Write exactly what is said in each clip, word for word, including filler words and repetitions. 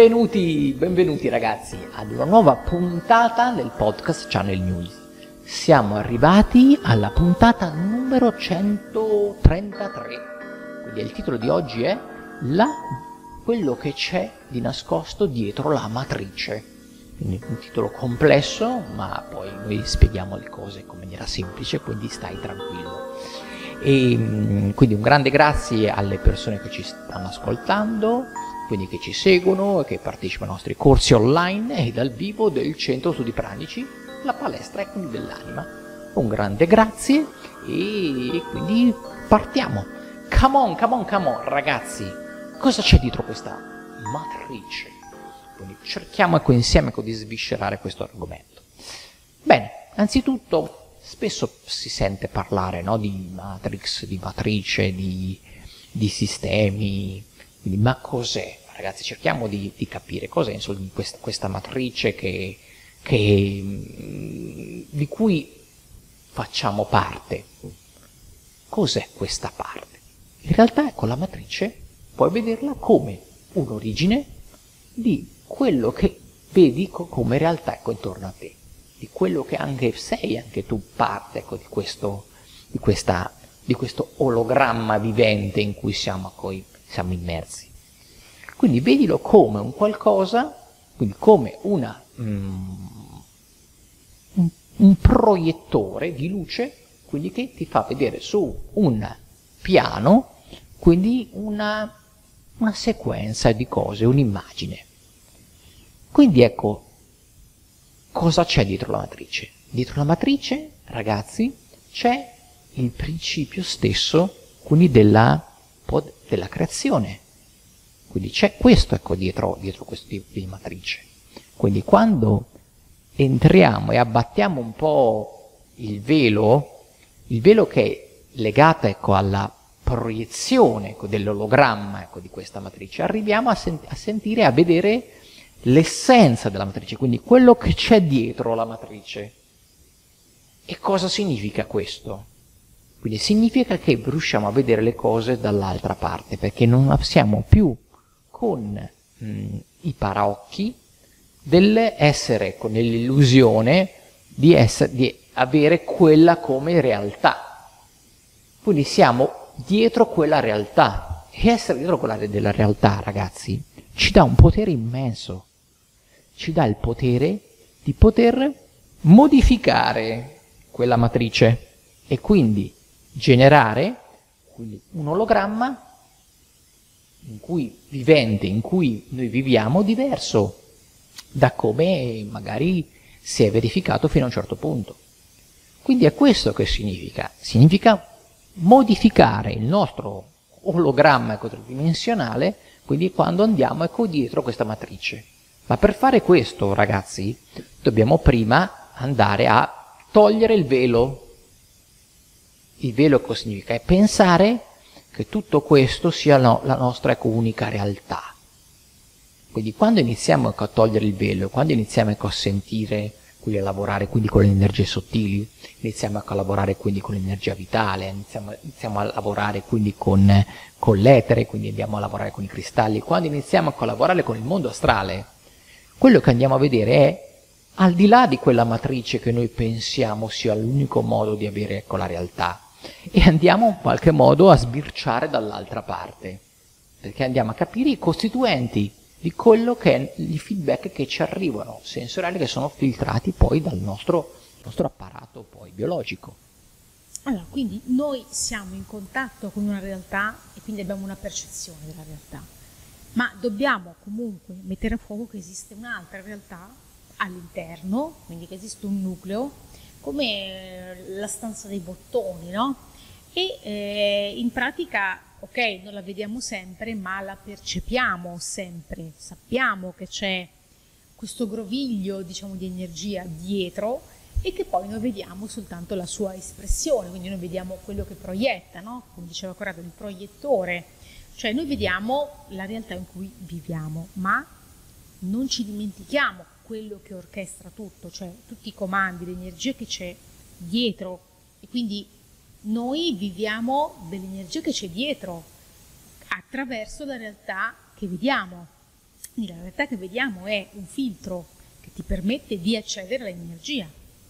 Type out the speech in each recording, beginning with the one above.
Benvenuti, benvenuti ragazzi ad una nuova puntata del podcast Channel News. Siamo arrivati alla puntata numero centotrentatré. Quindi il titolo di oggi è la, quello che c'è di nascosto dietro la matrice. Quindi un titolo complesso, ma poi noi spieghiamo le cose in maniera semplice, quindi stai tranquillo. E quindi un grande grazie alle persone che ci stanno ascoltando, quindi che ci seguono e che partecipano ai nostri corsi online e dal vivo del Centro Studi Pranici, la palestra e quindi dell'anima. Un grande grazie e quindi partiamo. Come on, come on, come on, ragazzi. Cosa c'è dietro questa matrice? Quindi cerchiamo ecco insieme ecco, di sviscerare questo argomento. Bene, anzitutto spesso si sente parlare no, di matrix, di matrice, di, di sistemi, quindi ma cos'è? Ragazzi, cerchiamo di, di capire cos'è insomma, questa, questa matrice che, che, di cui facciamo parte. Cos'è questa parte? In realtà, ecco, la matrice puoi vederla come un'origine di quello che vedi come realtà ecco, intorno a te, di quello che anche sei, anche tu parte ecco, di, questo, di, questa, di questo ologramma vivente in cui siamo, ecco, siamo immersi. Quindi vedilo come un qualcosa, quindi come una, mm, un, un proiettore di luce, quindi che ti fa vedere su un piano, quindi una, una sequenza di cose, un'immagine. Quindi ecco, cosa c'è dietro la matrice? Dietro la matrice, ragazzi, c'è il principio stesso, quindi della, della creazione. Quindi c'è questo ecco dietro, dietro questo tipo di matrice. Quindi quando entriamo e abbattiamo un po' il velo, il velo che è legato ecco alla proiezione ecco, dell'ologramma ecco, di questa matrice, arriviamo a, sent- a sentire, a vedere l'essenza della matrice, quindi quello che c'è dietro la matrice. E cosa significa questo? Quindi significa che riusciamo a vedere le cose dall'altra parte, perché non siamo più con mh, i paraocchi dell'essere con l'illusione di, essere, di avere quella come realtà. Quindi siamo dietro quella realtà. E essere dietro quella della realtà, ragazzi, ci dà un potere immenso. Ci dà il potere di poter modificare quella matrice e quindi generare quindi, un ologramma in cui vivente, in cui noi viviamo, diverso da come magari si è verificato fino a un certo punto. Quindi è questo che significa. Significa modificare il nostro ologramma ecco, tridimensionale, quindi quando andiamo ecco, dietro questa matrice. Ma per fare questo, ragazzi, dobbiamo prima andare a togliere il velo. Il velo cosa significa? È pensare che tutto questo sia no, la nostra ecco, unica realtà. Quindi quando iniziamo ecco, a togliere il velo, quando iniziamo ecco, a sentire, quindi a lavorare quindi con le energie sottili, iniziamo ecco, a lavorare quindi con l'energia vitale, iniziamo, iniziamo a lavorare quindi con, con l'etere, quindi andiamo a lavorare con i cristalli, quando iniziamo ecco, a lavorare con il mondo astrale, quello che andiamo a vedere è al di là di quella matrice che noi pensiamo sia l'unico modo di avere ecco, la realtà. E andiamo in qualche modo a sbirciare dall'altra parte, perché andiamo a capire i costituenti di quello che è i feedback che ci arrivano, sensoriali che sono filtrati poi dal nostro, nostro apparato poi biologico. Allora, quindi noi siamo in contatto con una realtà e quindi abbiamo una percezione della realtà, ma dobbiamo comunque mettere a fuoco che esiste un'altra realtà all'interno, quindi che esiste un nucleo, come la stanza dei bottoni, no? E eh, in pratica, ok, non la vediamo sempre, ma la percepiamo sempre, sappiamo che c'è questo groviglio, diciamo, di energia dietro e che poi noi vediamo soltanto la sua espressione, quindi noi vediamo quello che proietta, no? Come diceva Corrado, il proiettore, cioè noi vediamo la realtà in cui viviamo, ma non ci dimentichiamo quello che orchestra tutto, cioè tutti i comandi, l'energia che c'è dietro, e quindi noi viviamo dell'energia che c'è dietro attraverso la realtà che vediamo. Quindi la realtà che vediamo è un filtro che ti permette di accedere all'energia.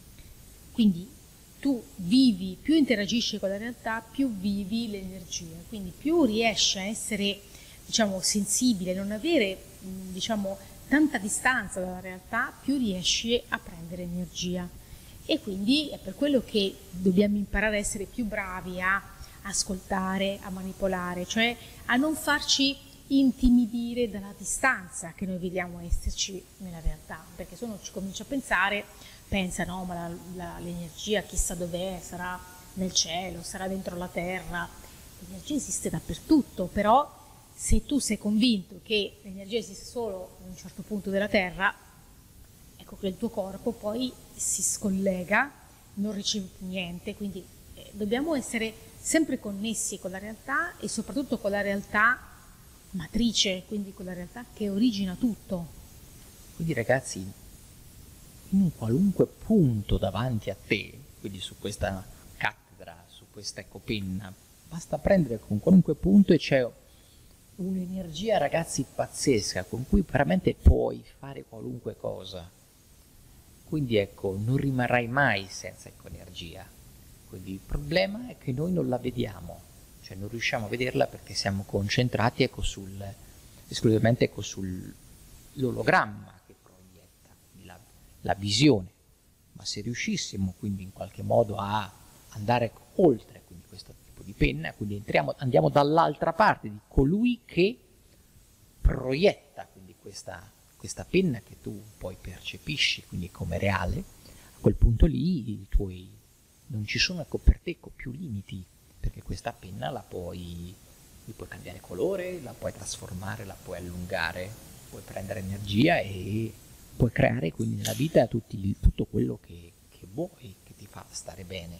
Quindi tu vivi, più interagisci con la realtà, più vivi l'energia. Quindi più riesci a essere, diciamo, sensibile, non avere, diciamo, tanta distanza dalla realtà, più riesci a prendere energia. E quindi è per quello che dobbiamo imparare a essere più bravi a ascoltare, a manipolare, cioè a non farci intimidire dalla distanza che noi vediamo esserci nella realtà, perché se uno ci comincia a pensare, pensa no, ma la, la, l'energia chissà dov'è, sarà nel cielo, sarà dentro la terra, l'energia esiste dappertutto, però se tu sei convinto che l'energia esiste solo a un certo punto della terra, ecco che il tuo corpo poi si scollega, non riceve più niente, quindi eh, dobbiamo essere sempre connessi con la realtà e soprattutto con la realtà matrice, quindi con la realtà che origina tutto. Quindi ragazzi, in un qualunque punto davanti a te, quindi su questa cattedra, su questa ecopenna, basta prendere con qualunque punto e c'è un'energia, ragazzi, pazzesca, con cui veramente puoi fare qualunque cosa. Quindi ecco, non rimarrai mai senza eccoenergia. Quindi il problema è che noi non la vediamo, cioè non riusciamo a vederla perché siamo concentrati ecco, sul, esclusivamente ecco, sull'ologramma che proietta, la, la visione. Ma se riuscissimo quindi in qualche modo a andare oltre quindi questo tipo di penna, quindi entriamo, andiamo dall'altra parte di colui che proietta quindi questa, questa penna che tu poi percepisci quindi come reale, a quel punto lì i tuoi non ci sono ecco, per te ecco, più limiti, perché questa penna la puoi, puoi cambiare colore, la puoi trasformare, la puoi allungare, puoi prendere energia e puoi creare quindi nella vita tutti, tutto quello che, che vuoi, che ti fa stare bene.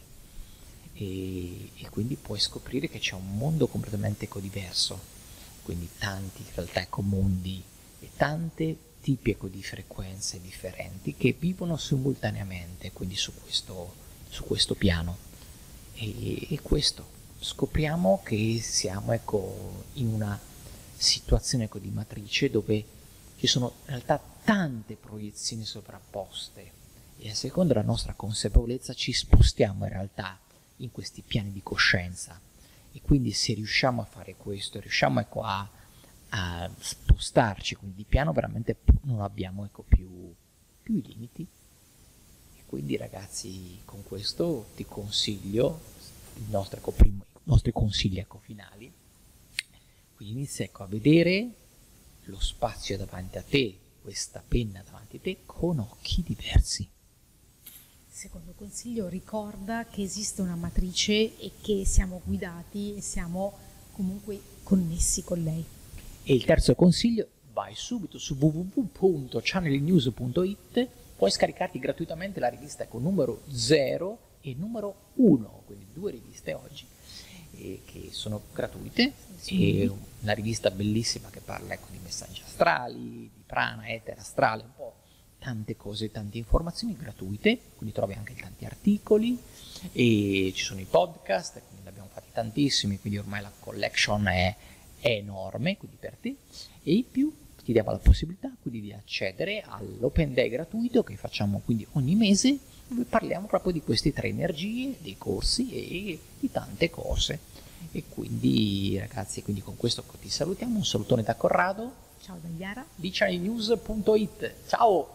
E, e quindi puoi scoprire che c'è un mondo completamente ecco, diverso, quindi tanti in realtà ecco, mondi e tante tipi ecco, di frequenze differenti che vivono simultaneamente quindi su questo, su questo piano. E, e questo scopriamo che siamo ecco, in una situazione ecco, di matrice dove ci sono in realtà tante proiezioni sovrapposte e a seconda della nostra consapevolezza ci spostiamo in realtà in questi piani di coscienza. E quindi se riusciamo a fare questo, riusciamo ecco, a, a spostarci quindi di piano, veramente non abbiamo ecco, più, più i limiti. E quindi ragazzi, con questo ti consiglio il nostro, ecco, primo, i nostri consigli ecco, finali. Quindi inizia ecco, a vedere lo spazio davanti a te, questa penna davanti a te, con occhi diversi. Secondo consiglio, ricorda che esiste una matrice e che siamo guidati e siamo comunque connessi con lei. E il terzo consiglio, vai subito su w w w punto channeling news punto i t, puoi scaricarti gratuitamente la rivista con numero zero e numero uno, quindi due riviste oggi eh, che sono gratuite, sì. E una rivista bellissima che parla ecco, di messaggi astrali, di prana, etere, astrale, un po' tante cose, tante informazioni gratuite, quindi trovi anche tanti articoli e ci sono i podcast, quindi ne abbiamo fatti tantissimi, quindi ormai la collection è, è enorme quindi per te, e in più ti diamo la possibilità quindi di accedere all'Open Day gratuito che facciamo quindi ogni mese, dove parliamo proprio di queste tre energie, dei corsi e di tante cose. E quindi ragazzi, quindi con questo ti salutiamo, un salutone da Corrado. Ciao da Chiara di channeling news punto i t. Ciao!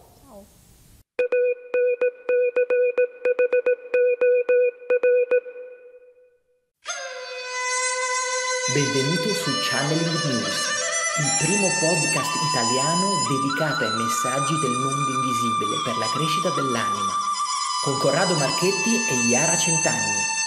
Benvenuto su Channeling News, il primo podcast italiano dedicato ai messaggi del mondo invisibile per la crescita dell'anima, con Corrado Marchetti e Chiara Centanni.